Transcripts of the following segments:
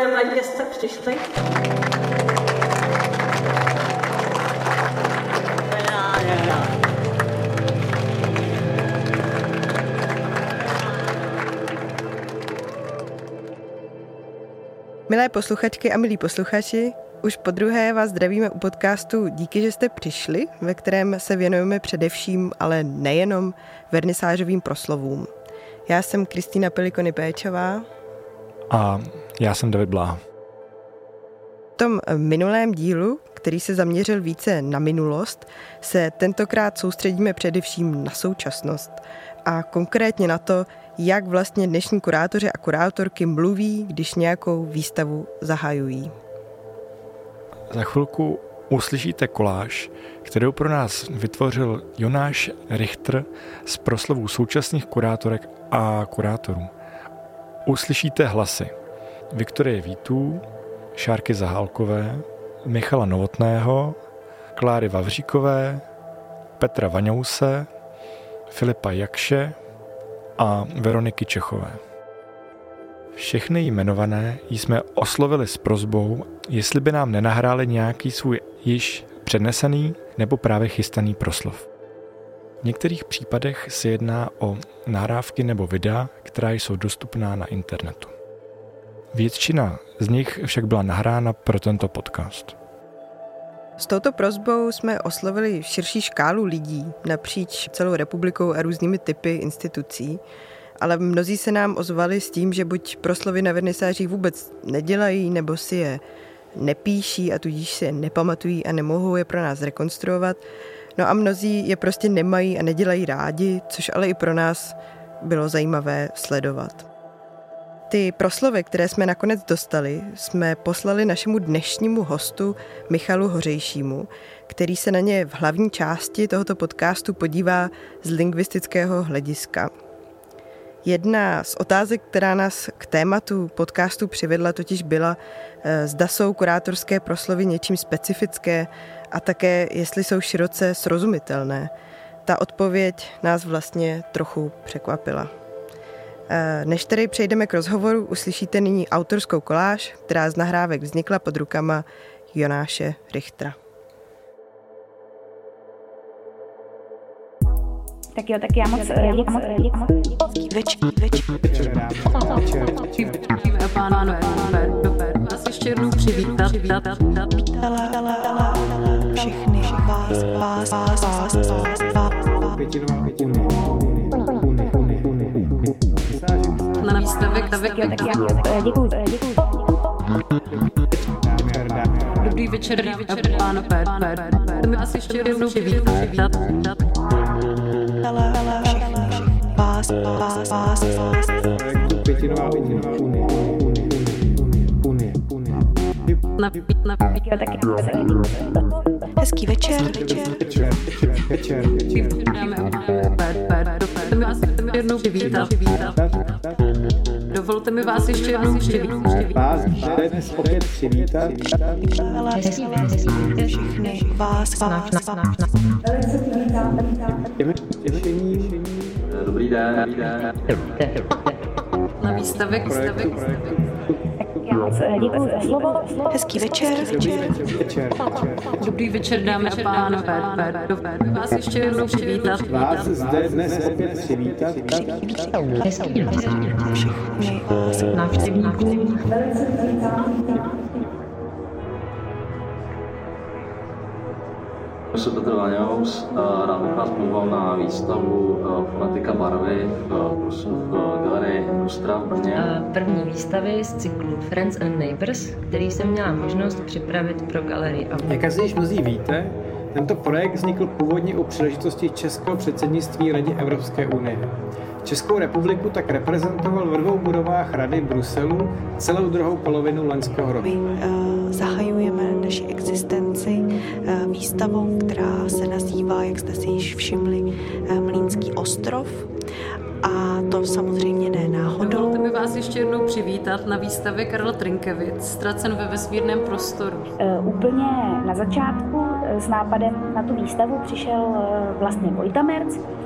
Děkujeme, že jste přišli. Milé posluchačky a milí posluchači, už podruhé vás zdravíme u podcastu Díky, že jste přišli, ve kterém se věnujeme především, ale nejenom, vernisážovým proslovům. Já jsem Kristýna Pelikony-Péčová. A já jsem David Bláha. V tom minulém dílu, který se zaměřil více na minulost, se tentokrát soustředíme především na současnost a konkrétně na to, jak vlastně dnešní kurátoři a kurátorky mluví, když nějakou výstavu zahajují. Za chvilku uslyšíte koláž, kterou pro nás vytvořil Jonáš Richter z proslovů současných kurátorek a kurátorů. Uslyšíte hlasy Viktorie Vítů, Šárky Zahálkové, Michala Novotného, Kláry Vavříkové, Petra Vaňouse, Filipa Jakše a Veroniky Čechové. Všechny jmenované jsme oslovili s prosbou, jestli by nám nenahráli nějaký svůj již přednesený nebo právě chystaný proslov. V některých případech se jedná o nahrávky nebo videa, která jsou dostupná na internetu. Většina z nich však byla nahrána pro tento podcast. S touto prosbou jsme oslovili širší škálu lidí napříč celou republikou a různými typy institucí, ale mnozí se nám ozvali s tím, že buď proslovy na vernisážích vůbec nedělají, nebo si je nepíší a tudíž si je nepamatují a nemohou je pro nás rekonstruovat. No a mnozí je prostě nemají a nedělají rádi, což ale i pro nás bylo zajímavé sledovat. Ty proslovy, které jsme nakonec dostali, jsme poslali našemu dnešnímu hostu Michalu Hořejšímu, který se na ně v hlavní části tohoto podcastu podívá z lingvistického hlediska. Jedna z otázek, která nás k tématu podcastu přivedla, totiž byla, zda jsou kurátorské proslovy něčím specifické a také, jestli jsou široce srozumitelné. Ta odpověď nás vlastně trochu překvapila. Než tedy přejdeme k rozhovoru, uslyšíte nyní autorskou koláž, která z nahrávek vznikla pod rukama Jonáše Richtera. Tak jo, tak já moc Pánové, vás ještě jednou přivítat. všechny vás. Na výstavek, Děkuju. Dobrý večer, pánové. My vás ještě jednou přivítat. Hezký večer. My vás jednou přivítat. Dovolte mi vás ještě jednou přivítat. Vás dnes opět přivítat. Všechny vás. Dobrý den. Na výstavek. Děkuju za slovo. Hezký večer. Dobrý večer, dámy a pánové. Vás ještě jednou přivítat. Vás zde dnes opět přivítat. Všechny vás. Návštěvníků. Jsem Petr Vaňous a rád bych vás pozval na výstavu Fonetika barvy v galerii Lustra v Brně. První výstavy z cyklu Friends and Neighbors, který jsem měla možnost připravit pro galerii Avu. Jak asi již mnozí víte, tento projekt vznikl původně u příležitosti českého předsednictví Radě Evropské unie. Českou republiku tak reprezentoval v 2 budovách Rady Bruselu celou druhou polovinu loňského roku. Zahajujeme naši existenci výstavou, která se nazývá, jak jste si již všimli, Mlýnský ostrov. A to samozřejmě ne náhodou. Dovolte mi vás ještě jednou přivítat na výstavě Karel Trynkevic, Ztracen ve vesmírném prostoru. Úplně na začátku s nápadem na tu výstavu přišel vlastně Vojta Merc,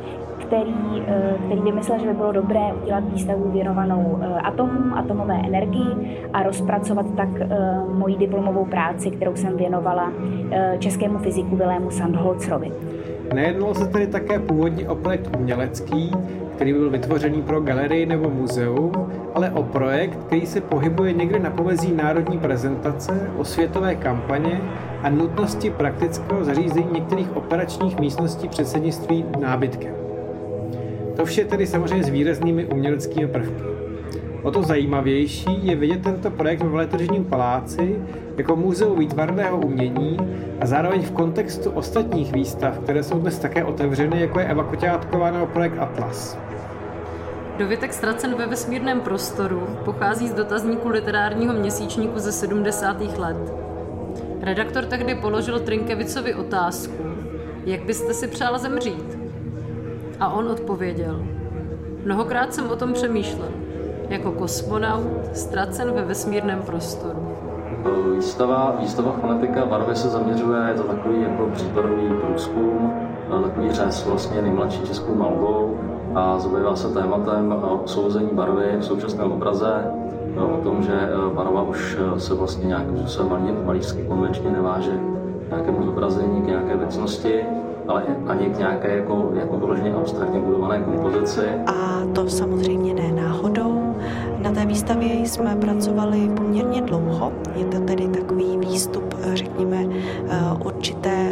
který vymyslel, že by bylo dobré udělat výstavu věnovanou atomům, atomové energii a rozpracovat tak moji diplomovou práci, kterou jsem věnovala českému fyziku Vilému Sandholzerovi. Nejednalo se tedy také původně o projekt umělecký, který byl vytvořený pro galerii nebo muzeum, ale o projekt, který se pohybuje někde na pomezí národní prezentace, osvětové kampaně a nutnosti praktického zařízení některých operačních místností předsednictví nábytkem. To vše tedy samozřejmě s výraznými uměleckými prvky. O to zajímavější je vidět tento projekt ve Veletržním paláci jako muzeum výtvarného umění a zároveň v kontextu ostatních výstav, které jsou dnes také otevřeny, jako je Eva Koťátková nebo projekt Atlas. Dovětek Ztracen ve vesmírném prostoru pochází z dotazníku literárního měsíčníku ze 70. let. Redaktor tehdy položil Trynkevicovi otázku, jak byste si přála zemřít? A on odpověděl, mnohokrát jsem o tom přemýšlel, jako kosmonaut ztracen ve vesmírném prostoru. Výstava Fonetika barvy se zaměřuje, je to takový jako případový průzkum, takový řez vlastně nejmladší českou malbou a zabývá se tématem osouzení barvy v současném obraze, o tom, že barva už se vlastně nějakým způsobem malířsky konvenčně neváže k nějakému zobrazení, k nějaké věcnosti, ale ani k nějaké jako vyloženě abstraktně budované kompozici. A to samozřejmě ne náhodou. Na té výstavě jsme pracovali poměrně dlouho. Je to tedy takový výstup, řekněme, určité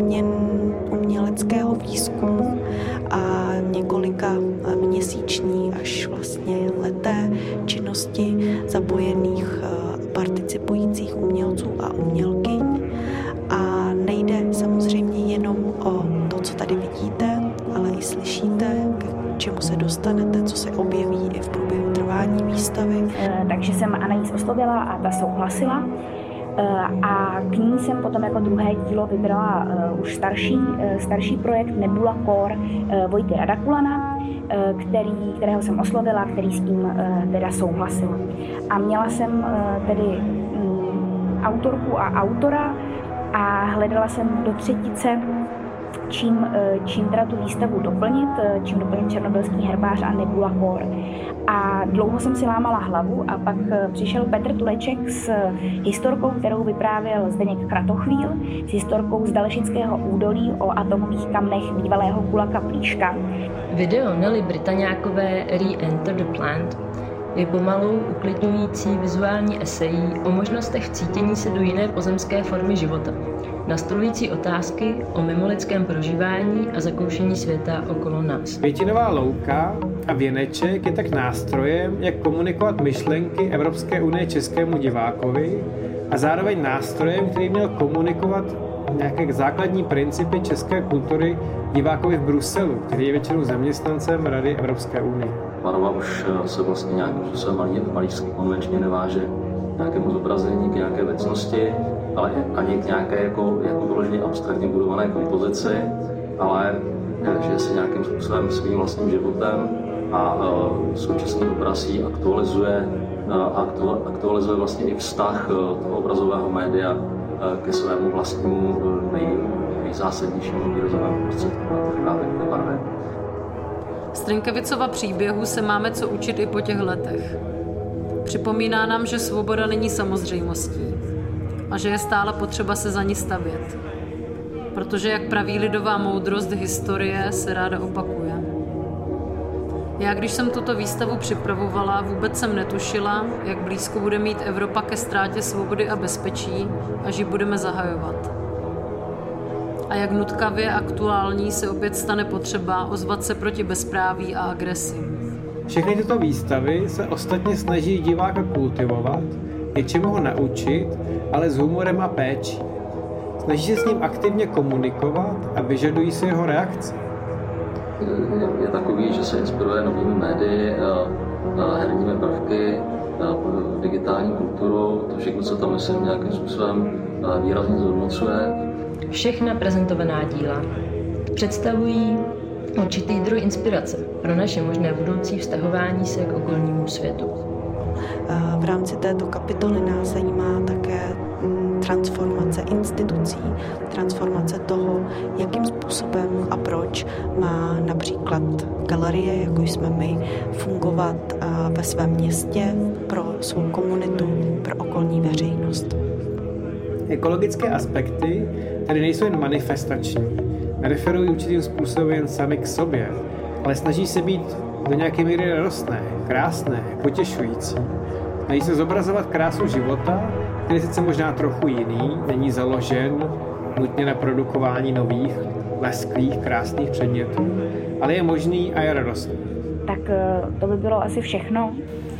uměleckého výzkumu a několika měsíční až vlastně leté činnosti zapojených participujících umělců a umělkyň. A nejde samozřejmě jenom o to, co tady vidíte, ale i slyšíte, k čemu se dostanete, co se objeví i v průběhu trvání výstavy. Takže jsem Anaïs oslovila a ta souhlasila. A k ní jsem potom jako druhé dílo vybrala už starší projekt Nebula Core Vojty Radakulana, kterého jsem oslovila, který s tím teda souhlasil. A měla jsem tedy autorku a autora a hledala jsem do třetice, čím teda tu výstavu doplnit, čím doplnit Černobylský herbář a Nebula Core. A dlouho jsem si lámala hlavu a pak přišel Petr Tureček s historkou, kterou vyprávěl Zdeněk Kratochvíl, s historkou z Dalešického údolí o atomových kamnech bývalého Kulaka Plíška. Video Nelly Britanňákové Re-Enter the Plant je pomalou, uklidňující vizuální esejí o možnostech vcítění se do jiné pozemské formy života, nastolující otázky o mimolidském prožívání a zakoušení světa okolo nás. Květinová louka a věneček je tak nástrojem, jak komunikovat myšlenky Evropské unie českému divákovi a zároveň nástrojem, který měl komunikovat nějaké základní principy české kultury divákovi v Bruselu, který je většinou zaměstnancem Rady Evropské unie. Barva už se vlastně nějakým způsobem malířsky konvenčně neváže k nějakému zobrazení, k nějaké věcnosti, ale ani k nějaké jako vyloženě abstraktně budované kompozici, ale žije se nějakým způsobem svým vlastním životem a současný obraz ji aktualizuje vlastně i vztah toho obrazového média ke svému vlastnímu nejzásadnějšímu výrazovému prostředku, právě k barvě. Z Trynkevicova příběhu se máme co učit i po těch letech. Připomíná nám, že svoboda není samozřejmostí a že je stále potřeba se za ní stavět. Protože, jak praví lidová moudrost, historie se ráda opakuje. Já, když jsem tuto výstavu připravovala, vůbec jsem netušila, jak blízko bude mít Evropa ke ztrátě svobody a bezpečí, až ji budeme zahajovat. A jak nutkavě aktuální se opět stane potřeba ozvat se proti bezpráví a agresi. Všechny tyto výstavy se ostatně snaží diváka kultivovat, něčemu ho naučit, ale s humorem a péčí. Snaží se s ním aktivně komunikovat a vyžadují si jeho reakci. Je takový, že se inspiruje novými médii, herními prvky, digitální kulturou, to všechno, co tam myslím, nějakým způsobem výrazně zhodnocuje. Všechna prezentovaná díla představují určitý druh inspirace pro naše možné budoucí vztahování se k okolnímu světu. V rámci této kapitoly nás zajímá také transformace institucí, transformace toho, jakým způsobem a proč má například galerie, jako jsme my, fungovat ve svém městě pro svou komunitu, pro okolní veřejnost. Ekologické aspekty tedy nejsou jen manifestační, nereferují určitým způsobem jen sami k sobě, ale snaží se být do nějaké míry radostné, krásné, potěšující. Snaží se zobrazovat krásu života, který je sice možná trochu jiný, není založen nutně na produkování nových, lesklých, krásných předmětů, ale je možný a je radostný. Tak to by bylo asi všechno.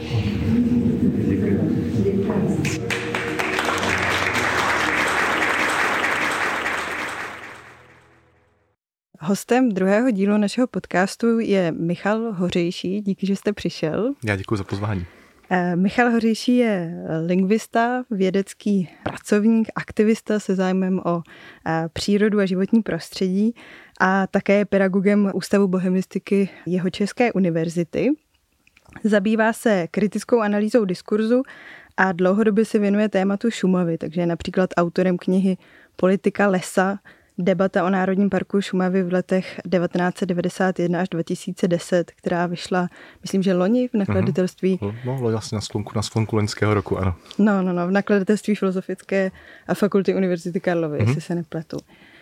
Hostem druhého dílu našeho podcastu je Michal Hořejší. Díky, že jste přišel. Já děkuji za pozvání. Michal Hořejší je lingvista, vědecký pracovník, aktivista se zájmem o přírodu a životní prostředí a také je pedagogem Ústavu bohemistiky Jihočeské univerzity. Zabývá se kritickou analýzou diskurzu a dlouhodobě se věnuje tématu Šumavy, takže je například autorem knihy Politika lesa, debata o Národním parku Šumavy v letech 1991 až 2010, která vyšla, myslím, že loni v nakladatelství. No, vlastně na sklonku loňského roku, ano. No, v nakladatelství Filozofické fakulty Univerzity Karlovy, jestli se nepletu.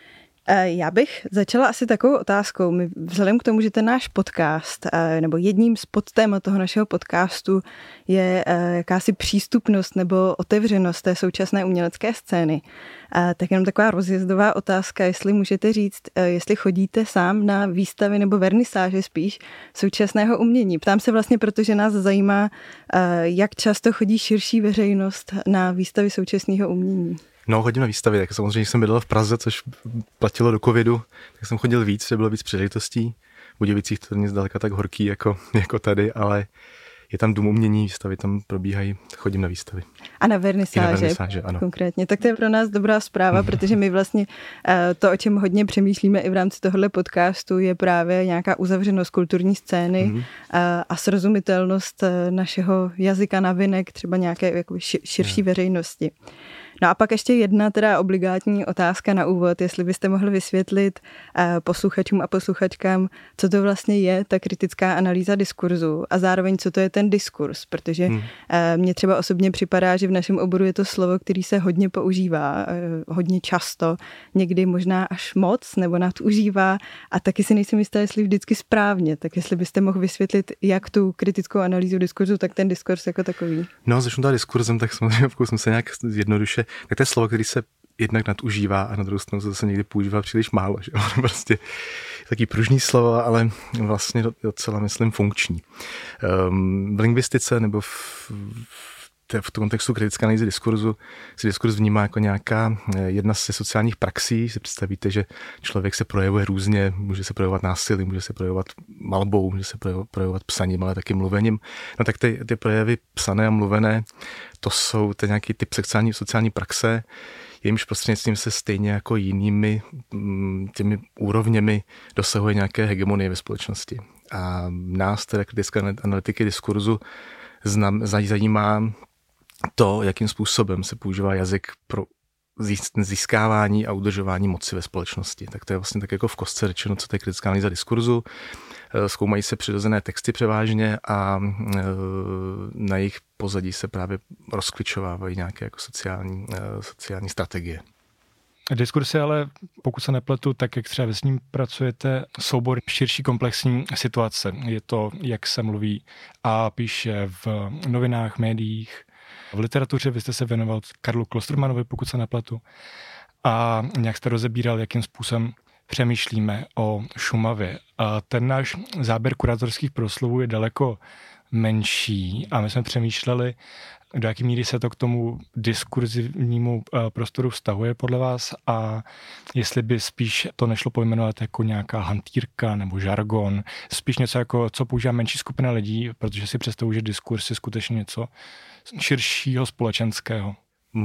Já bych začala asi takovou otázkou. My vzhledem k tomu, že ten náš podcast, nebo jedním z podtémat toho našeho podcastu je jakási přístupnost nebo otevřenost té současné umělecké scény, tak jenom taková rozjezdová otázka, jestli můžete říct, jestli chodíte sám na výstavy nebo vernisáže spíš současného umění. Ptám se vlastně, protože nás zajímá, jak často chodí širší veřejnost na výstavy současného umění. No, chodím na výstavy, tak samozřejmě jsem bydlel v Praze, což platilo do covidu, tak jsem chodil víc, že bylo víc příležitostí. V Budějovicích to není zdaleka tak horký jako tady, ale je tam dům umění, výstavy tam probíhají, chodím na výstavy. A na vernisáže ano. Konkrétně. Tak to je pro nás dobrá zpráva, protože my vlastně to, o čem hodně přemýšlíme i v rámci tohohle podcastu, je právě nějaká uzavřenost kulturní scény a srozumitelnost našeho jazyka navinek, třeba nějaké jakoby širší veřejnosti. No a pak ještě jedna teda obligátní otázka na úvod, jestli byste mohli vysvětlit posluchačům a posluchačkám, co to vlastně je ta kritická analýza diskurzu a zároveň co to je ten diskurs, protože mně třeba osobně připadá, že v našem oboru je to slovo, který se hodně používá, hodně často, někdy možná až moc nebo nadužívá a taky si nejsem jistá, jestli vždycky správně, tak jestli byste mohl vysvětlit, jak tu kritickou analýzu diskurzu, tak ten diskurs jako takový. No, začnu teda diskurzem, tak samozřejmě pokusím se nějak jednoduše. Tak to je slovo, který se jednak nadužívá a na druhou stranu se zase někdy používá příliš málo. Že? Prostě taký pružný slovo, ale vlastně docela, myslím, funkční. V lingvistice nebo v kontextu kritické analýzy diskurzu se diskurs vnímá jako nějaká jedna ze sociálních praxí. Si představíte, že člověk se projevuje různě, může se projevovat násilím, může se projevovat malbou, může se projevovat psaním, ale taky mluvením. No tak ty projevy psané a mluvené, to jsou nějaký typ sociální praxe, jejímž prostřednictvím se stejně jako jinými těmi úrovněmi dosahuje nějaké hegemonie ve společnosti. A nás, teda kritické analytiky diskurzu, zajímá to, jakým způsobem se používá jazyk pro získávání a udržování moci ve společnosti. Tak to je vlastně tak jako v kostce řečeno, co to je kritická analýza diskurzu. Zkoumají se přirozené texty převážně a na jejich pozadí se právě rozklíčovávají nějaké jako sociální strategie. Diskurs je ale, pokud se nepletu, tak jak třeba s ním pracujete, soubor širší komplexní situace. Je to, jak se mluví a píše v novinách, médiích, v literatuře. Vy jste se věnoval Karlu Klostermanovi, pokud se nepletu. A nějak jste rozebíral, jakým způsobem přemýšlíme o Šumavě. A ten náš záběr kurátorských proslovů je daleko menší a my jsme přemýšleli, do jaké míry se to k tomu diskurzivnímu prostoru vztahuje podle vás a jestli by spíš to nešlo pojmenovat jako nějaká hantýrka nebo žargon, spíš něco jako, co používá menší skupina lidí, protože si představuji, že diskurs je skutečně něco širšího společenského.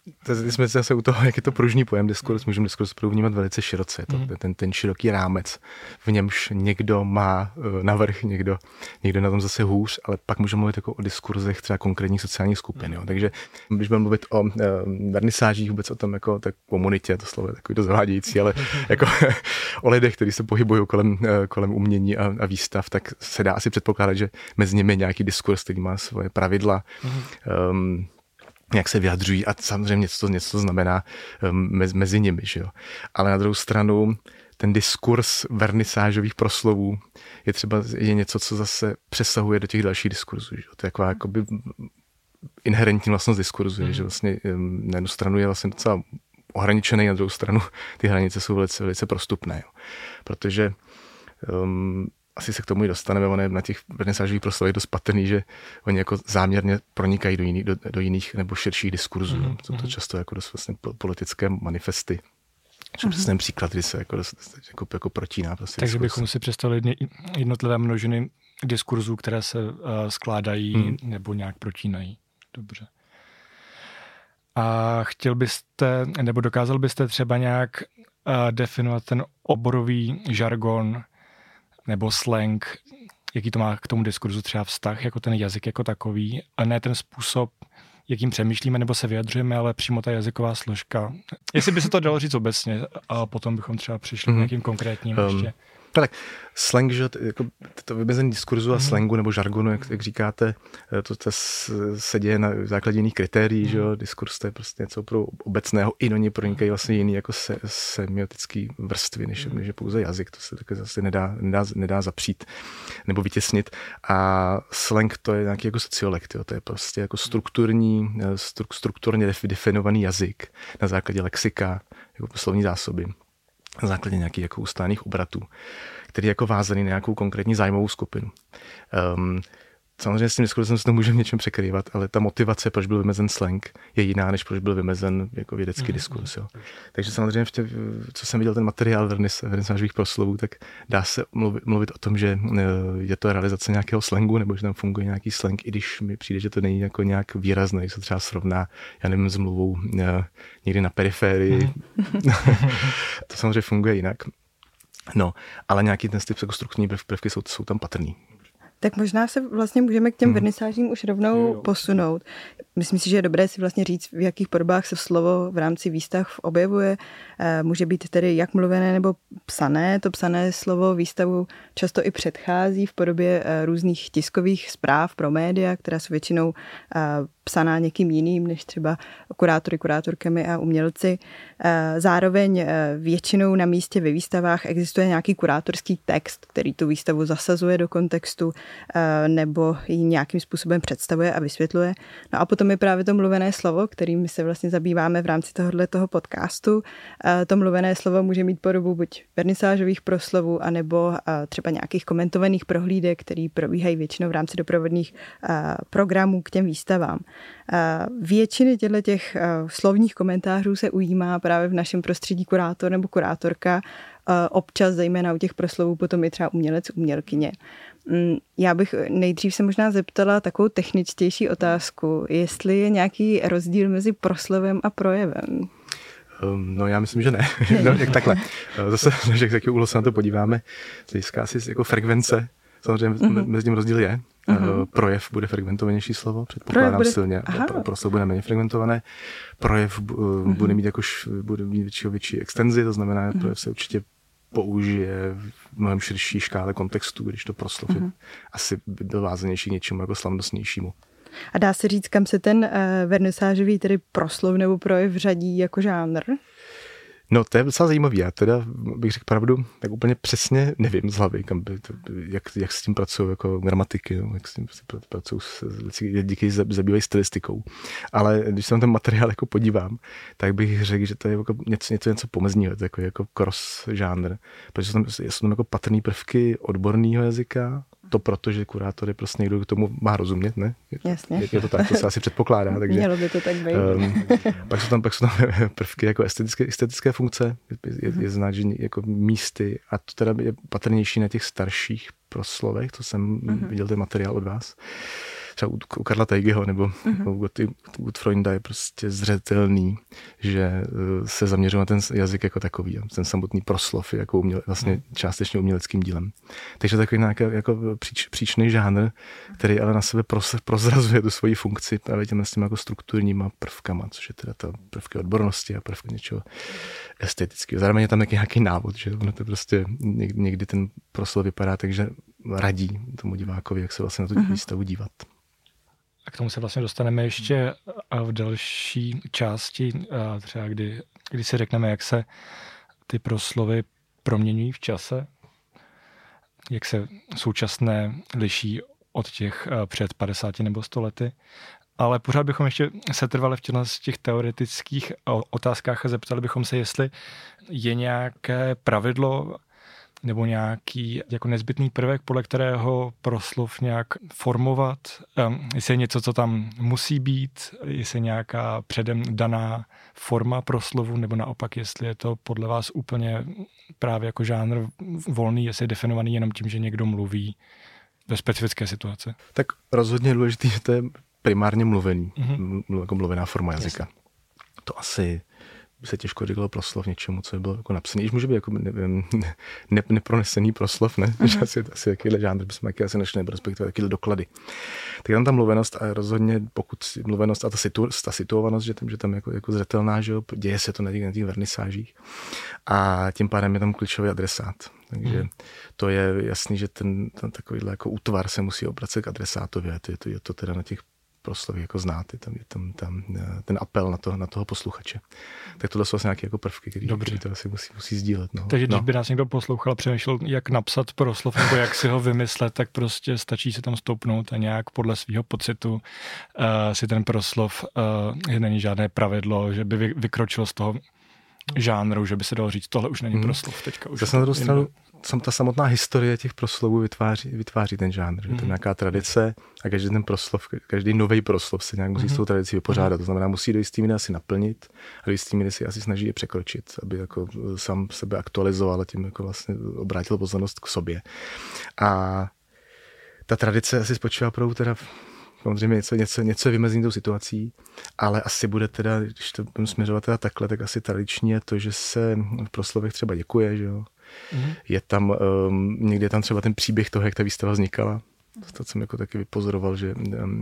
jsme zase u toho, jak je to pružný pojem diskurs, můžeme diskurs vnímat velice široce. Ten široký rámec, v němž někdo má navrch, někdo na tom zase hůř, ale pak můžeme mluvit jako o diskurzech třeba konkrétních sociálních skupin. Jo. Takže když budeme mluvit o vernisážích, vůbec o tom jako tak komunitě, to slovo je takový dost zavádějící, ale jako o lidech, kteří se pohybují kolem umění a výstav, tak se dá asi předpokládat, že mezi nimi je nějaký diskurs, který má svoje pravidla, jak se vyjadřují a samozřejmě něco znamená mezi nimi. Že jo? Ale na druhou stranu ten diskurs vernisážových proslovů je něco, co zase přesahuje do těch dalších diskurzů. Že? To je taková jakoby inherentní vlastnost diskurzu, že vlastně na jednu stranu je vlastně docela ohraničený, na druhou stranu ty hranice jsou velice, velice prostupné. Jo? Protože asi se k tomu i dostaneme, ono je na těch vernisážových proslovech dost patrný, že oni jako záměrně pronikají do jiných nebo širších diskurzů. Jsou to často jako dost vlastně politické manifesty. Přesný příklad, kdy se jako protíná. Prostě takže bychom si představili jednotlivé množiny diskurzů, které se skládají nebo nějak protínají. Dobře. A chtěl byste, nebo dokázal byste třeba nějak definovat ten oborový žargon nebo slang, jaký to má k tomu diskurzu třeba vztah, jako ten jazyk jako takový, a ne ten způsob, jakým přemýšlíme nebo se vyjadřujeme, ale přímo ta jazyková složka. Jestli by se to dalo říct obecně, a potom bychom třeba přišli k nějakým konkrétním ještě. Tak slang, že jako to vymezení diskurzu a slangu nebo žargonu, jak říkáte, to se děje na základě jiných kritérií, že jo, diskurs to je prostě něco pro obecného, i do něj pronikají vlastně jiný jako semiotický vrstvy, než je pouze jazyk, to se také zase nedá zapřít nebo vytěsnit. A slang to je nějaký jako sociolekt, jo, to je prostě jako strukturně definovaný jazyk na základě lexika, jako slovní zásoby, na základě nějakých jako ustálených obratů, který je jako vázaný na nějakou konkrétní zájmovou skupinu. Samozřejmě s tím diskurzem se to může v něčem překrývat, ale ta motivace, proč byl vymezen slang, je jiná, než proč byl vymezen jako vědecký diskurs. Jo. Takže samozřejmě, co jsem viděl ten materiál vernisážových proslovů, tak dá se mluvit o tom, že je to realizace nějakého slangu, nebo že tam funguje nějaký slang, i když mi přijde, že to není jako nějak výrazné, když se třeba srovná, já nevím, s mluvou někdy na periférii. To samozřejmě funguje jinak. No, ale nějaký ten typ jako strukturní prvky jsou tam patrný. Tak možná se vlastně můžeme k těm vernisážím už rovnou posunout. Myslím si, že je dobré si vlastně říct, v jakých podobách se slovo v rámci výstav objevuje. Může být tedy jak mluvené nebo psané. To psané slovo výstavu často i předchází v podobě různých tiskových zpráv pro média, která jsou většinou psaná někým jiným, než třeba kurátorkami a umělci. Zároveň většinou na místě ve výstavách existuje nějaký kurátorský text, který tu výstavu zasazuje do kontextu nebo ji nějakým způsobem představuje a vysvětluje. No a potom je právě to mluvené slovo, kterým se vlastně zabýváme v rámci tohoto podcastu. To mluvené slovo může mít podobu buď vernisážových proslovů, anebo třeba nějakých komentovaných prohlídek, které probíhají většinou v rámci doprovodných programů k těm výstavám. Většiny těch slovních komentářů se ujímá právě v našem prostředí kurátor nebo kurátorka, občas zejména u těch proslovů potom i třeba umělec, umělkyně. Já bych nejdřív se možná zeptala takovou techničtější otázku, jestli je nějaký rozdíl mezi proslovem a projevem. No já myslím, že ne. No, jak takhle. Zase, že jaký úhlu se na to podíváme, z hlediska asi jako frekvence, samozřejmě mezi tím rozdíl je. Projev bude frekventovanější slovo, předpokládám silně. Proslov bude méně frekventované. Projev bude mít větší extenzi, to znamená, že projev se určitě použije v mnohem širší škále kontextu, když to proslov je asi byl vázanější k něčemu jako slavnostnějšímu. A dá se říct, kam se ten vernisážový tedy proslov nebo projev řadí jako žánr? No to je docela zajímavý. Já teda bych řekl pravdu, tak úplně přesně nevím z hlavy, jak s tím pracují jako gramatiky, no, jak s tím pracují díky zabývají stylistikou. Ale když se na ten materiál jako podívám, tak bych řekl, že to je jako něco pomezního, to je jako cross žánr, protože jsou tam jako patrný prvky odborného jazyka, to proto, že kurátor je prostě někdo, k tomu má rozumět, ne? Jasně. Je to tak, to se asi předpokládá. Takže, mělo by to tak být. Pak jsou tam prvky jako estetické funkce, je znát, že jako místy, a to teda je patrnější na těch starších proslovech, to jsem viděl ten materiál od vás. třeba u Karla Teigeho nebo u Freunda je prostě zřetelný, že se zaměřuje na ten jazyk jako takový. Ten samotný proslov je jako vlastně částečně uměleckým dílem. Takže takový nějaký jako příčný žánr, který ale na sebe prozrazuje tu svoji funkci právě těmi jako strukturníma prvkama, což je teda ta prvky odbornosti a prvky něčeho estetického. Zároveň je tam nějaký návod, že ono to prostě někdy ten proslov vypadá tak, že radí tomu divákovi, jak se vlastně na tu výstavu dívat. A k tomu se vlastně dostaneme ještě v další části, třeba kdy si řekneme, jak se ty proslovy proměňují v čase, jak se současné liší od těch před 50 nebo 100 lety. Ale pořád bychom ještě setrvali v těch teoretických otázkách a zeptali bychom se, jestli je nějaké pravidlo nebo nějaký jako nezbytný prvek, podle kterého proslov nějak formovat, jestli je něco, co tam musí být, jestli je nějaká předem daná forma proslovu, nebo naopak, jestli je to podle vás úplně právě jako žánr volný, jestli je definovaný jenom tím, že někdo mluví ve specifické situaci. Tak rozhodně je důležitý, že to je primárně mluvený, jako mluvená forma jazyka. Yes. To asi by se těžko říkalo proslov něčemu, co by bylo jako napsaný. Když může být jako nepronesený proslov, ne? Asi jakýhle žánr bychom asi našli, nebo respektive takové doklady. Tak tam ta mluvenost a rozhodně pokud mluvenost a ta situovanost, že tam jako zřetelná, že děje se to na těch vernisážích a tím pádem je tam klíčový adresát. Takže to je jasný, že ten takovýhle jako útvar se musí obracet k adresátovi a je to teda na těch proslovy jako znát, je tam ten apel na toho posluchače. Tak tohle jsou asi nějaké jako prvky, které to asi musí sdílet. No. Takže když by nás někdo poslouchal a přemýšlel, jak napsat proslov nebo jak si ho vymyslet, tak prostě stačí se tam stoupnout a nějak podle svého pocitu si ten proslov, není žádné pravidlo, že by vykročil z toho žánru, že by se dalo říct, tohle už není proslov. Teďka už na druhou stranu, ta samotná historie těch proslovů vytváří ten žánr. Že to je nějaká tradice a každý nový proslov se nějak musí s tou tradicí vypořádat. To znamená, musí do jistý míry asi naplnit a do jistý míry si asi snaží je překročit, aby jako sám sebe aktualizoval a tím jako vlastně obrátil pozornost k sobě. A ta tradice asi spočívá opravdu teda samozřejmě něco je vymezení tou situací, ale asi bude teda, když to budeme směřovat teda takhle, tak asi tradiční je to, že se v proslovech třeba děkuje, že jo. Je tam, někdy je tam třeba ten příběh toho, jak ta výstava vznikala. To jsem jako taky vypozoroval, že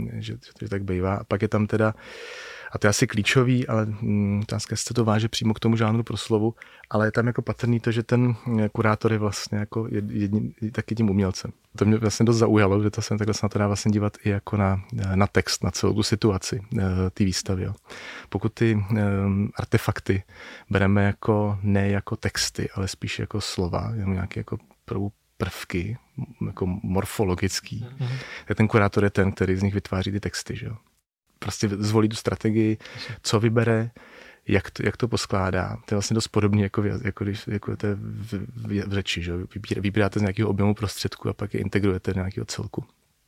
tak bývá. A pak je tam teda, a to je asi klíčový, ale otázka se to váže přímo k tomu žánru proslovu, ale je tam jako patrný to, že ten kurátor je vlastně jako taky tím umělcem. To mě vlastně dost zaujalo, že to se takhle se na to dá vlastně dívat i jako na text, na celou tu situaci té výstavy. Jo. Pokud ty artefakty bereme jako ne jako texty, ale spíš jako slova, jenom nějaké jako prvky, jako morfologický, tak ten kurátor je ten, který z nich vytváří ty texty, že jo. Prostě zvolí tu strategii, co vybere, jak to poskládá. To je vlastně dost podobné, jako to je v řeči, že? Vybíráte z nějakého objemu prostředků a pak je integrujete do nějakého celku.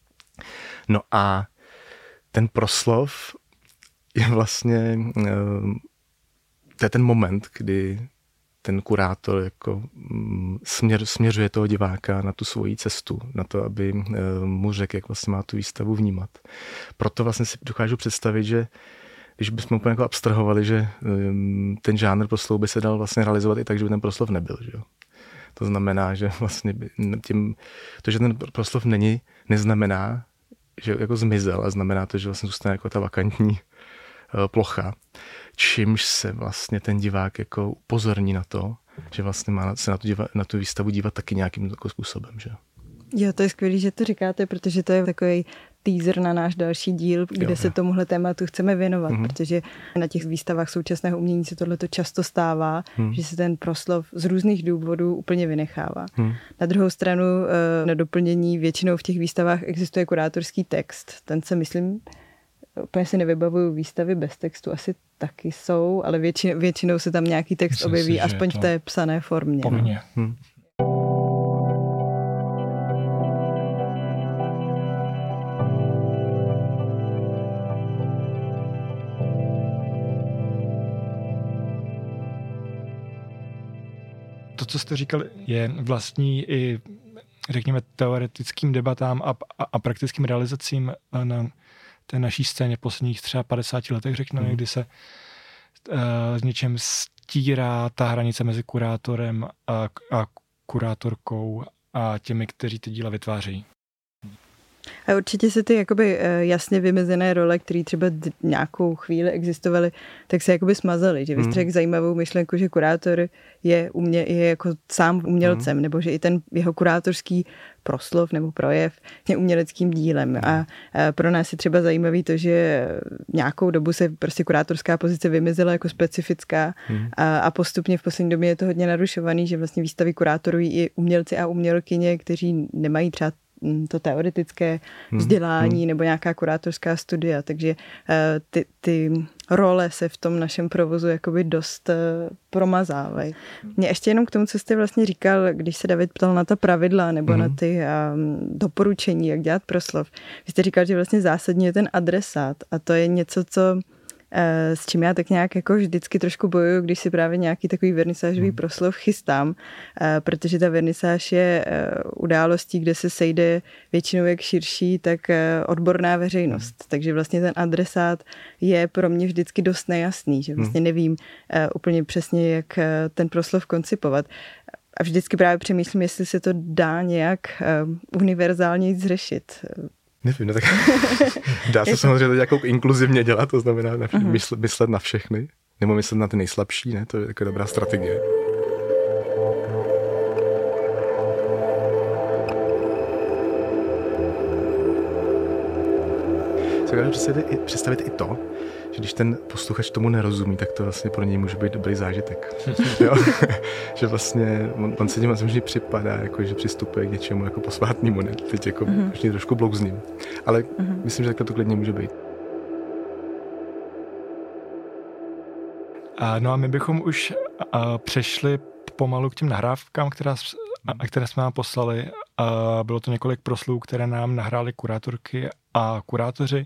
No a ten proslov je vlastně, to je ten moment, kdy ten kurátor jako směřuje toho diváka na tu svoji cestu, na to, aby mu řekl, jak vlastně má tu výstavu vnímat. Proto vlastně si dokážu představit, že když bychom úplně jako abstrahovali, že ten žánr proslovu by se dal vlastně realizovat i tak, že by ten proslov nebyl. Že jo? To znamená, že vlastně to, že ten proslov není, neznamená, že jako zmizel, a znamená to, že vlastně zůstane jako ta vakantní plocha, čímž se vlastně ten divák jako upozorní na to, že vlastně má se na tu výstavu dívat taky nějakým způsobem. Že? Jo, to je skvělý, že to říkáte, protože to je takový teaser na náš další díl, kde se tomuhle tématu chceme věnovat, protože na těch výstavách současného umění se tohleto často stává, že se ten proslov z různých důvodů úplně vynechává. Na druhou stranu na doplnění většinou v těch výstavách existuje kurátorský text. Ten se, myslím, úplně si nevybavuju výstavy bez textu, asi taky jsou, ale většinou se tam nějaký text objeví, aspoň v té psané formě. Povinně. To, co jste říkali, je vlastní i řekněme, teoretickým debatám a praktickým realizacím na té naší scéně v posledních třeba 50 letech, řekněme, kdy se s něčem stírá ta hranice mezi kurátorem a kurátorkou a těmi, kteří ty díla vytvářejí. A určitě se ty jakoby jasně vymezené role, které třeba nějakou chvíli existovaly, tak se jakoby smazaly. Že vy jste řekl zajímavou myšlenku, že kurátor je jako sám umělcem, nebo že i ten jeho kurátorský proslov nebo projev je uměleckým dílem. A pro nás je třeba zajímavý to, že nějakou dobu se prostě kurátorská pozice vymezila jako specifická a postupně v poslední době je to hodně narušovaný, že vlastně výstavy kurátorují i umělci a umělkyně, kteří nemají třeba to teoretické vzdělání nebo nějaká kurátorská studia, takže ty role se v tom našem provozu jakoby dost promazávají. Mě ještě jenom k tomu, co jste vlastně říkal, když se David ptal na ta pravidla nebo na ty doporučení, jak dělat proslov. Vy jste říkal, že vlastně zásadně je ten adresát a to je něco, s čím já tak nějak jako vždycky trošku bojuju, když si právě nějaký takový vernisážový proslov chystám, protože ta vernisáž je událostí, kde se sejde většinou jak širší, tak odborná veřejnost. Takže vlastně ten adresát je pro mě vždycky dost nejasný, že vlastně nevím úplně přesně, jak ten proslov koncipovat. A vždycky právě přemýšlím, jestli se to dá nějak univerzálně zřešit. Nevím, no tak dá se samozřejmě to nějakou inkluzivně dělat, to znamená myslet na všechny, nebo myslet na ty nejslabší, ne? To je taková dobrá strategie. Se dá představit i to, že když ten posluchač tomu nerozumí, tak to vlastně pro něj může být dobrý zážitek. Že vlastně on se tím samozřejmě připadá, jako, že přistupuje k něčemu jako posvátnému, ne? Teď jako ještě trošku blouzním. Ale myslím, že takhle to klidně může být. No a my bychom už přešli pomalu k těm nahrávkám, které jsme vám poslali. Bylo to několik proslů, které nám nahrály kurátorky a kurátoři.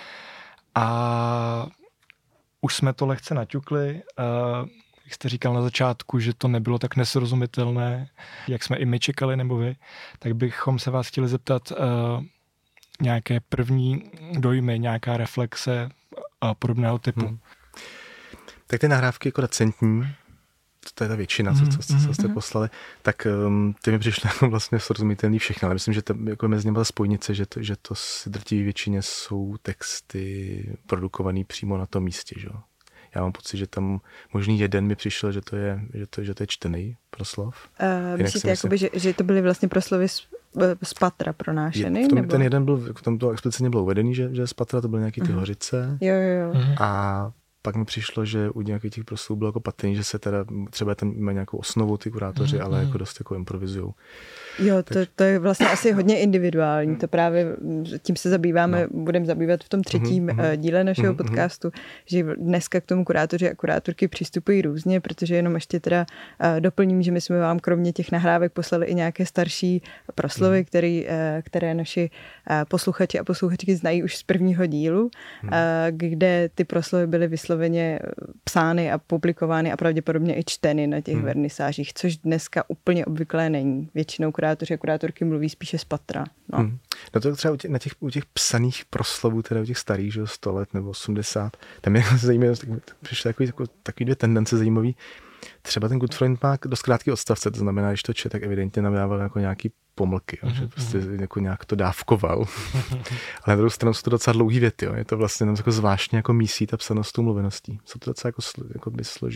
A už jsme to lehce naťukli. Jak jste říkal na začátku, že to nebylo tak nesrozumitelné, jak jsme i my čekali, nebo vy, tak bychom se vás chtěli zeptat nějaké první dojmy, nějaká reflexe a podobného typu. Tak ty nahrávky jako recentní, to je ta většina, co jste poslali, tak ty mi přišly jako vlastně srozumitelný všechny, ale myslím, že to, jako mezi nimi ta spojnice, že to si drtivé většině jsou texty produkovaný přímo na tom místě, že jo. Já mám pocit, že tam možný jeden mi přišel, že to je čtený proslov. Myslíte, jakoby, že to byly vlastně proslovy z Patra pronášeny? Ten jeden byl, v tom to explicitně bylo uvedený, že z Patra to byly nějaký ty hořice. Jo. A pak mi přišlo, že u nějakých těch proslovů bylo jako patrný, že se teda třeba tam má nějakou osnovu ty kurátoři, ale jako dost jako improvizujou. Jo, to je vlastně asi hodně individuální. To právě tím se zabýváme, budeme zabývat v tom třetím díle našeho podcastu, že dneska k tomu kurátoři a kurátorky přistupují různě, protože jenom ještě teda doplním, že my jsme vám kromě těch nahrávek poslali i nějaké starší proslovy, které naši posluchači a posluchačky znají už z prvního dílu, kde ty proslovy byly vysloveně psány a publikovány a pravděpodobně i čteny na těch vernisážích, což dneska úplně obvyklé není. Většinou kurátoři a kurátorky mluví spíše z Patra. No to třeba u těch psaných proslovů, teda u těch starých, že 100 let nebo 80, tam je zajímavé, přišly takový dvě tendence zajímavý. Třeba ten Gutfreund má dost krátký odstavce, to znamená, když to čte, tak evidentně nám dával jako nějaký pomlky, že prostě jako nějak to dávkoval. Ale na druhou stranu jsou to docela dlouhý věty, je to vlastně nám jako zvláštně jako mísí ta psanost s tou mluveností. Jsou to docela jako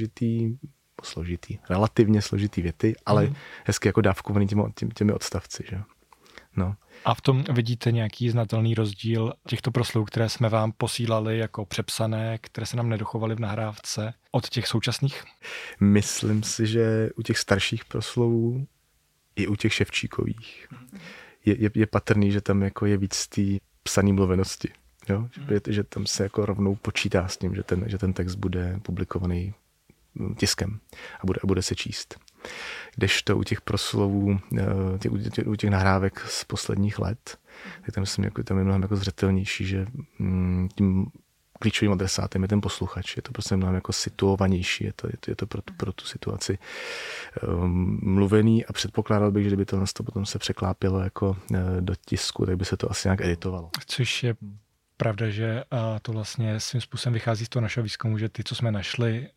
relativně složitý věty, ale hezky jako dávkovaný těmi odstavci, že? No. A v tom vidíte nějaký znatelný rozdíl těchto proslovů, které jsme vám posílali jako přepsané, které se nám nedochovaly v nahrávce od těch současných? Myslím si, že u těch starších proslovů i u těch Ševčíkových je patrný, že tam jako je víc té psané mluvenosti. Jo? Že tam se jako rovnou počítá s tím, že ten text bude publikovaný tiskem a bude se číst. Kdežto u těch proslovů, u těch nahrávek z posledních let, tak tam je mnohem jako zřetelnější, že tím klíčovým adresátem je ten posluchač, je to prostě mnohem jako situovanější, je to pro tu situaci mluvený a předpokládal bych, že kdyby to potom se překlápilo jako do tisku, tak by se to asi nějak editovalo. Což je pravda, že to vlastně svým způsobem vychází z toho našeho výzkumu, že ty, co jsme našli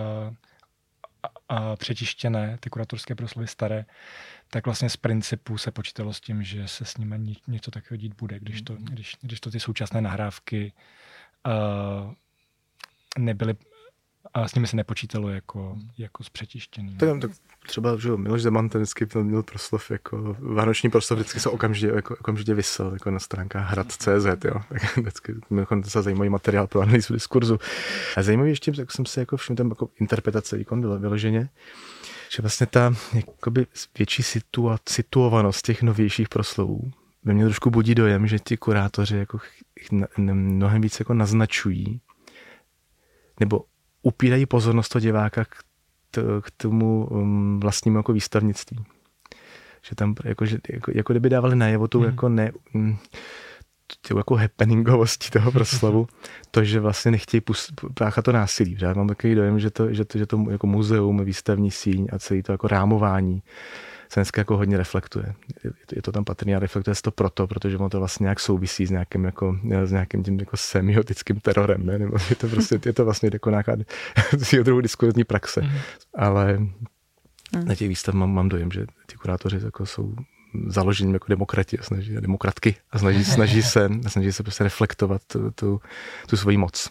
a přečištěné, ty kurátorské proslovy staré, tak vlastně z principu se počítalo s tím, že se s nimi něco takového dít bude, když to ty současné nahrávky nebyly, a s nimi se nepočítalo jako s přečištěným. Tak třeba, že Miloš Zeman ten vždycky měl proslov, jako vánoční proslov vždycky se okamžitě vysel jako na stránkách hrad.cz, jo. Tak vždycky docela zajímavý materiál pro analýzu diskurzu. A zajímavý ještě, jak jsem si jako všiml tam jako interpretace ikon vyloženě, že vlastně ta jakoby větší situovanost těch novějších proslovů ve mně trošku budí dojem, že ti kurátoři jako mnohem víc jako naznačují nebo upírají pozornost toho diváka k tomu vlastnímu jako výstavnictví. Že tam jako kdyby dávali najevo tu jako happeningovostí toho proslovu, to, že vlastně nechtějí páchat to násilí. Já mám takový dojem, že to jako muzeum, výstavní síň a celé to jako rámování se dneska jako hodně reflektuje. Je to tam patrně a reflektuje se to protože ono to vlastně nějak souvisí s nějakým tím jako semiotickým terorem, ne? Nebo je to vlastně jako nějaká druhou diskurzní praxe. Ale na těch výstav mám dojem, že ti kurátoři jako jsou založení jako demokrati a demokratky a snaží se prostě reflektovat tu svoji moc.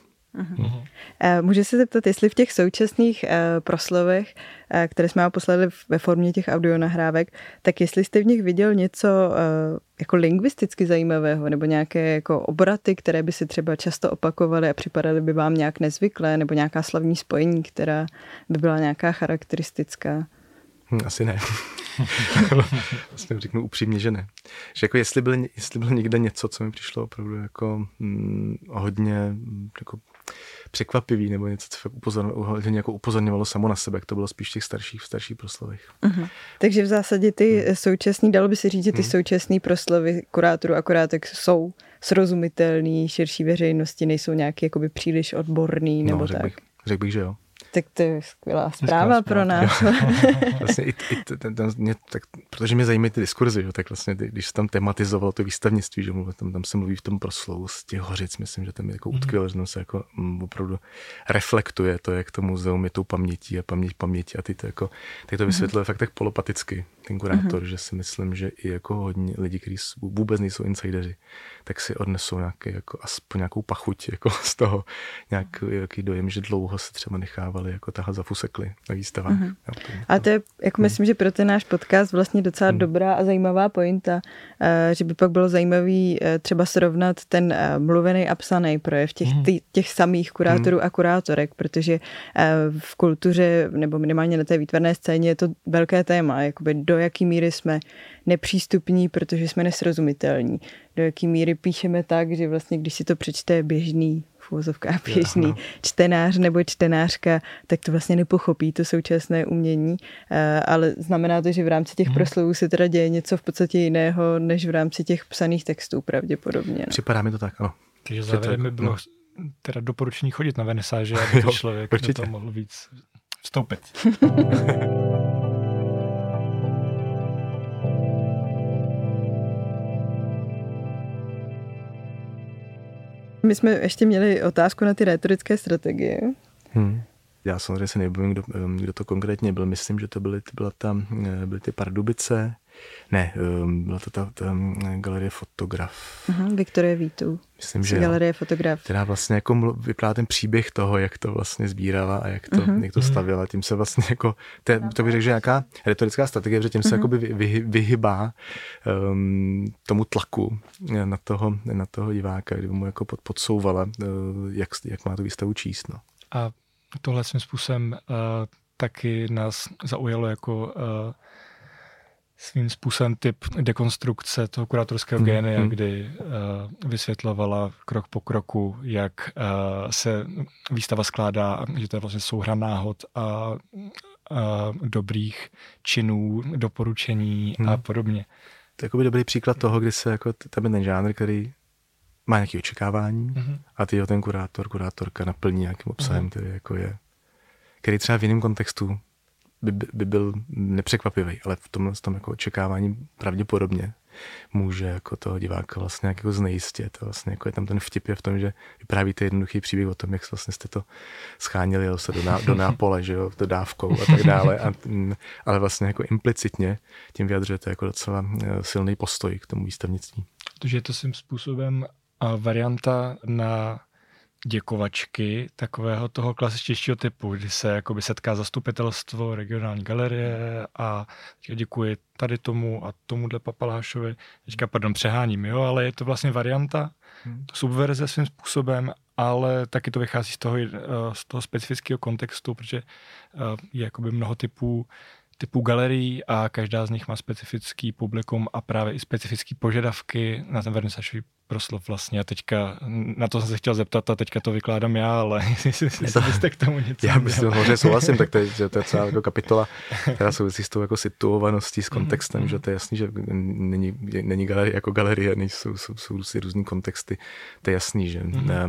Můžu se zeptat, jestli v těch současných proslovech, které jsme vám poslali ve formě těch audionahrávek, tak jestli jste v nich viděl něco jako lingvisticky zajímavého, nebo nějaké jako obraty, které by se třeba často opakovaly a připadaly by vám nějak nezvyklé, nebo nějaká slavní spojení, která by byla nějaká charakteristická? Asi ne. Vlastně řeknu upřímně, že ne. Že jako jestli bylo někde něco, co mi přišlo opravdu jako hodně jako překvapivý, nebo něco, co hodně jako upozorňovalo samo na sebe, to bylo spíš v těch starších proslovech. Takže v zásadě ty současný, dalo by se říct, že ty současný proslovy kurátorů a kurátek jsou srozumitelný širší veřejnosti, nejsou nějaký jakoby příliš odborný, nebo tak. Řekl bych, že jo. Tak to je skvělá zpráva pro nás. Vlastně protože mě zajímají ty diskurzy, že? Tak vlastně, když se tam tematizovalo to výstavnictví, že tam se mluví v tom proslovu z těch Hořic, myslím, že tam je jako utkvěl, že tam se jako opravdu reflektuje to, jak to muzeum je tou pamětí a paměti a tak to vysvětluje fakt tak polopaticky ten kurátor, že si myslím, že i jako hodně lidí, kteří vůbec nejsou insideři, tak si odnesou aspoň nějakou pachuť jako z toho, nějaký dojem, že dlouho se třeba nechávali jako tahat za fusekly na výstavách. A to je, jako myslím, že pro ten náš podcast vlastně docela dobrá a zajímavá pointa, že by pak bylo zajímavý třeba srovnat ten mluvený a psaný projev těch samých kurátorů a kurátorek, protože v kultuře, nebo minimálně na té výtvarné scéně je to velké téma, jakoby do jaký míry jsme nepřístupní, protože jsme nesrozumitelní. Do jaký míry píšeme tak, že vlastně, když si to přečte běžný čtenář nebo čtenářka, tak to vlastně nepochopí to současné umění, ale znamená to, že v rámci těch proslovů se teda děje něco v podstatě jiného, než v rámci těch psaných textů pravděpodobně. No. Připadá mi to tak, ano. Takže závěrem by bylo teda doporučení chodit na vernisáže, aby to člověk do toho mohl víc vstoupit. My jsme ještě měli otázku na ty rétorické strategie. Já samozřejmě se nevím, kdo to konkrétně byl. Myslím, že to byly ty Pardubice. Ne, byla to ta galerie Fotograf. Viktorie Vítu. Myslím, že galerie Fotograf. Která vlastně jako vypadá ten příběh toho, jak to vlastně sbírala a jak to stavěla. Tím se vlastně jako, to bych řekl, že nějaká retorická strategie, že tím se jako vyhybá tomu tlaku na toho diváka, kdyby mu jako podsouvala, jak má tu výstavu číst. No. A tohle svým způsobem taky nás zaujalo jako svým způsobem typ dekonstrukce toho kurátorského génia, kdy vysvětlovala krok po kroku, jak se výstava skládá, že to je vlastně souhra náhod a dobrých činů, doporučení a podobně. To je jako dobrý příklad toho, kdy se jako tam je ten žánr, který má nějaké očekávání a ty ho ten kurátorka naplní nějakým obsahem, který jako je, který třeba v jiném kontextu by byl nepřekvapivý, ale v tomhle tom jako očekávání pravděpodobně může jako toho diváka vlastně jako znejistit. A vlastně jako je tam ten vtip je v tom, že vyprávíte jednoduchý příběh o tom, jak vlastně jste to scháněli se do Nápole, že jo, dodávkou a tak dále. Ale vlastně jako implicitně tím vyjadřujete jako docela silný postoj k tomu výstavnictví. Protože je to svým způsobem varianta na děkovačky takového toho klasičtějšího typu, kdy se jakoby setká zastupitelstvo regionální galerie a děkuji tady tomu a tomuhle papalášovi. Teďka, přeháním, jo, ale je to vlastně varianta, to subverze svým způsobem, ale taky to vychází z toho specifického kontextu, protože je jakoby mnoho typů galerií a každá z nich má specifický publikum a právě i specifický požadavky na ten vernisážový proslov vlastně. A teďka na to jsem se chtěl zeptat a teďka to vykládám já, ale jestli byste k tomu něco. Já myslím, že souhlasím, tak to je celá jako kapitola, která souvisí s tou jako situovaností, s kontextem, že to je jasný, že není galerie jako galerie, jsou různý kontexty, to je jasný, že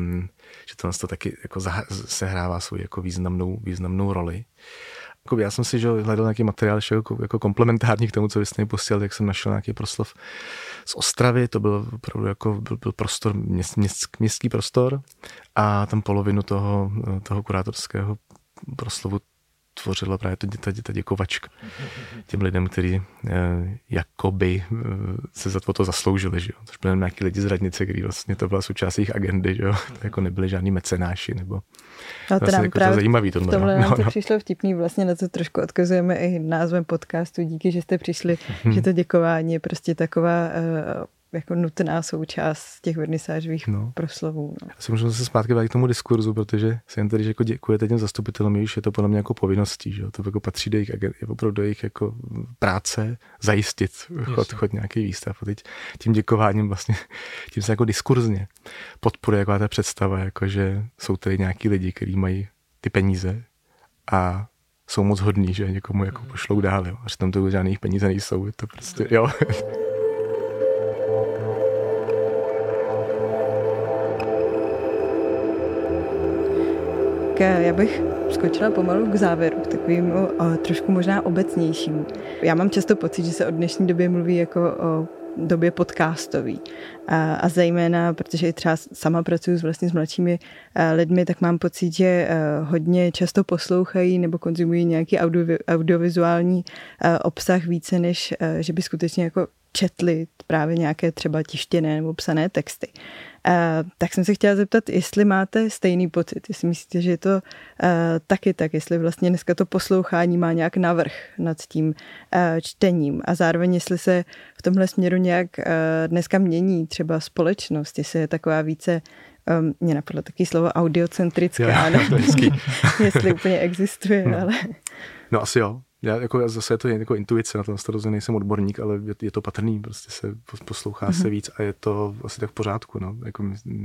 to taky jako sehrává svou jako významnou roli. Já jsem si hledal nějaký materiál jako komplementární k tomu, co vy jste mi posílal, jak jsem našel nějaký proslov z Ostravy, to byl opravdu jako byl prostor, městský prostor a tam polovinu toho kurátorského proslovu tvořila právě ta děkovačka těm lidem, kteří jakoby se za to zasloužili, že jo. Což byly nějaký lidi z radnice, kteří vlastně to byla součást jejich agendy, že jo. To jako nebyli žádní mecenáši, nebo vlastně jako to zajímavý tohle. V tomhle nám to přišlo vtipný, vlastně na to trošku odkazujeme i názvem podcastu, díky, že jste přišli, že to děkování je prostě taková jako nutná součást těch vernisážových proslovů. No. Já si můžu zase zpátky vrátit k tomu diskurzu, protože se jen tady, že jako děkujete těm zastupitelům, je to podle mě jako povinností, že jo? To jako patří do jejich jako práce zajistit chod nějaký výstav. A teď tím děkováním vlastně, tím se jako diskurzně podporuje jako ta představa, jako že jsou tady nějaký lidi, kteří mají ty peníze a jsou moc hodní, že někomu jako pošlou dál, jo? A že tam to žádných peníze nejsou, je to prostě, jo. Já bych skočila pomalu k závěru, k takovému trošku možná obecnějšímu. Já mám často pocit, že se od dnešní doby mluví jako o době podcastový. A zejména, protože i třeba sama pracuji vlastně s mladšími lidmi, tak mám pocit, že hodně často poslouchají nebo konzumují nějaký audiovizuální obsah více, než že by skutečně jako četli právě nějaké třeba tištěné nebo psané texty. Tak jsem se chtěla zeptat, jestli máte stejný pocit, jestli myslíte, že je to taky tak, jestli vlastně dneska to poslouchání má nějak navrch nad tím čtením a zároveň jestli se v tomhle směru nějak dneska mění třeba společnost, jestli je taková více, mě napadlo taky slovo audiocentrická, jestli úplně existuje, ale... No asi jo. Zase je to jako intuice, na tom rozhodně nejsem odborník, ale je to patrný, prostě se poslouchá se víc a je to asi tak v pořádku. No. Jako,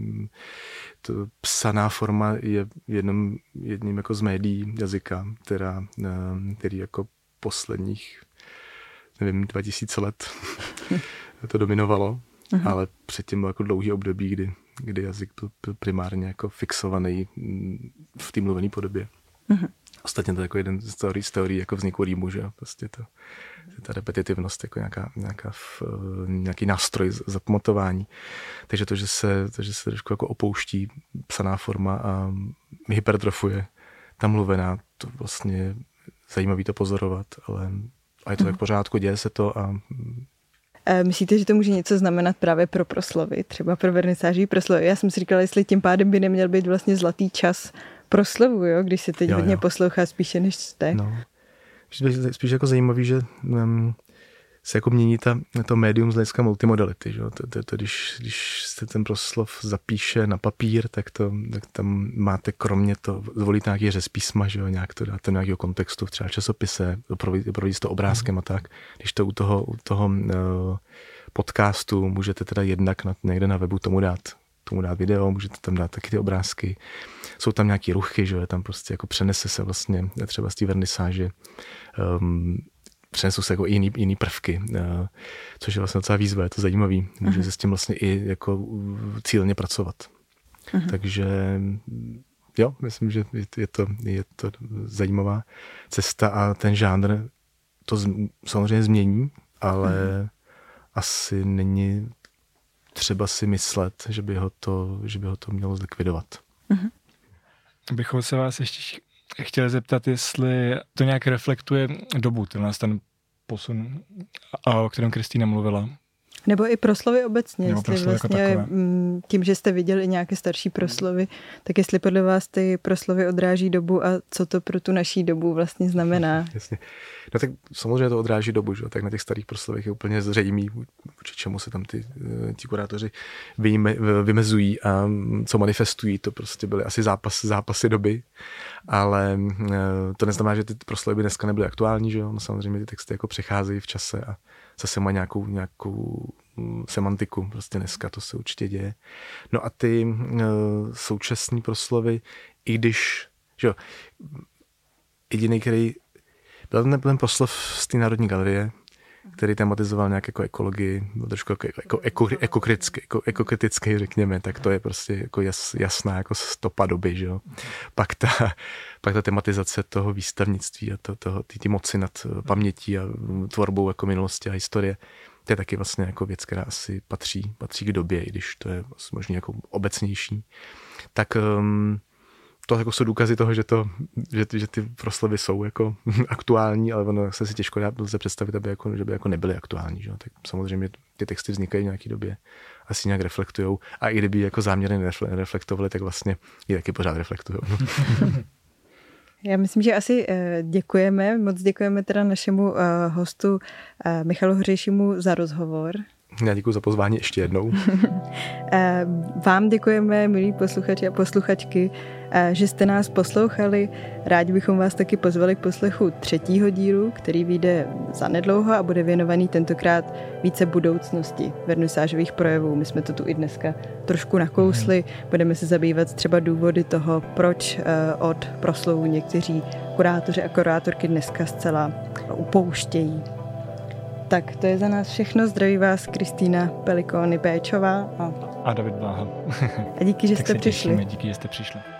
to psaná forma je jedním jako z médií jazyka, který jako posledních, 2000 let to dominovalo, ale předtím bylo jako dlouhý období, kdy jazyk byl primárně jako fixovaný v té mluvené podobě. Ostatně to je jako jeden z teorií jako vzniku rýmu, že prostě ta repetitivnost jako nějaký nástroj zapamatování. Takže to, že se trošku jako opouští psaná forma a hypertrofuje ta mluvená, to vlastně je zajímavý to pozorovat, ale a je to tak v pořádku, děje se to a myslíte, že to může něco znamenat právě pro proslovy, třeba pro vernisáží proslovy? Já jsem si říkala, jestli tím pádem by neměl být vlastně zlatý čas proslovu, jo? Když se teď hodně poslouchá spíše než čte. No. Spíš jako zajímavý, že se jako mění to médium z hlediska multimodality. Že? Když se ten proslov zapíše na papír, tak tam máte kromě to, zvolíte nějaký řez písma, že jo? Nějak to dáte do nějakého kontextu, třeba v časopise, províte to obrázkem a tak. Když to u toho podcastu můžete teda jednak někde na webu tomu dát video, můžete tam dát taky ty obrázky. Jsou tam nějaký ruchy, že tam prostě jako přenese se vlastně třeba z té vernisáže přenesou se jako jiný prvky, což je vlastně docela výzva, je to zajímavý. Může se s tím vlastně i jako cíleně pracovat. Takže jo, myslím, že je to zajímavá cesta a ten žánr to samozřejmě změní, ale asi není třeba si myslet, že by ho to mělo zlikvidovat. Bychom se vás ještě chtěli zeptat, jestli to nějak reflektuje dobu, ten posun, o kterém Kristýna mluvila. Nebo i proslovy obecně, Nebo jestli proslovy vlastně jako tím, že jste viděli nějaké starší proslovy, tak jestli podle vás ty proslovy odráží dobu a co to pro tu naší dobu vlastně znamená. Jasně. No tak samozřejmě to odráží dobu, že? Tak na těch starých proslovech je úplně zřejmý, vůči čemu se tam ti kurátoři vymezují a co manifestují. To prostě byly asi zápasy doby, ale to neznamená, že ty proslovy by dneska nebyly aktuální, že jo? No samozřejmě ty texty jako přecházejí v čase a zase má nějakou semantiku prostě dneska, to se určitě děje. No a ty současné proslovy, i když, že jo, jediný, který byl ten proslov z té Národní galerie, který tematizoval nějak jako ekologii, trošku ekokritický, řekněme, tak to je prostě jako jasná jako stopa doby, že jo. Pak ta tematizace toho výstavnictví a ty moci nad pamětí a tvorbou jako minulosti a historie, to je taky vlastně jako věc, která asi patří k době, i když to je možná jako obecnější. Tak to jako jsou důkazy toho, že ty proslovy jsou jako aktuální, ale ono se si těžko lze představit, že by jako nebyly aktuální. Že? Tak samozřejmě ty texty vznikají v nějaké době, asi nějak reflektujou a i kdyby jako záměrně reflektovali, tak vlastně je taky pořád reflektujou. Já myslím, že asi moc děkujeme teda našemu hostu Michalu Hořejšímu za rozhovor. Já děkuji za pozvání ještě jednou. Vám děkujeme, milí posluchači a posluchačky, že jste nás poslouchali. Rádi bychom vás taky pozvali k poslechu 3. dílu, který vyjde zanedlouho a bude věnovaný tentokrát více budoucnosti vernisážových projevů. My jsme to tu i dneska trošku nakousli. Budeme se zabývat třeba důvody toho, proč od proslovů někteří kurátoři a kurátorky dneska zcela upouštějí. Tak to je za nás všechno. Zdraví vás Kristýna Pelikony Péčová a David Bláha. A díky, že jste přišli. Díky, že jste přišli.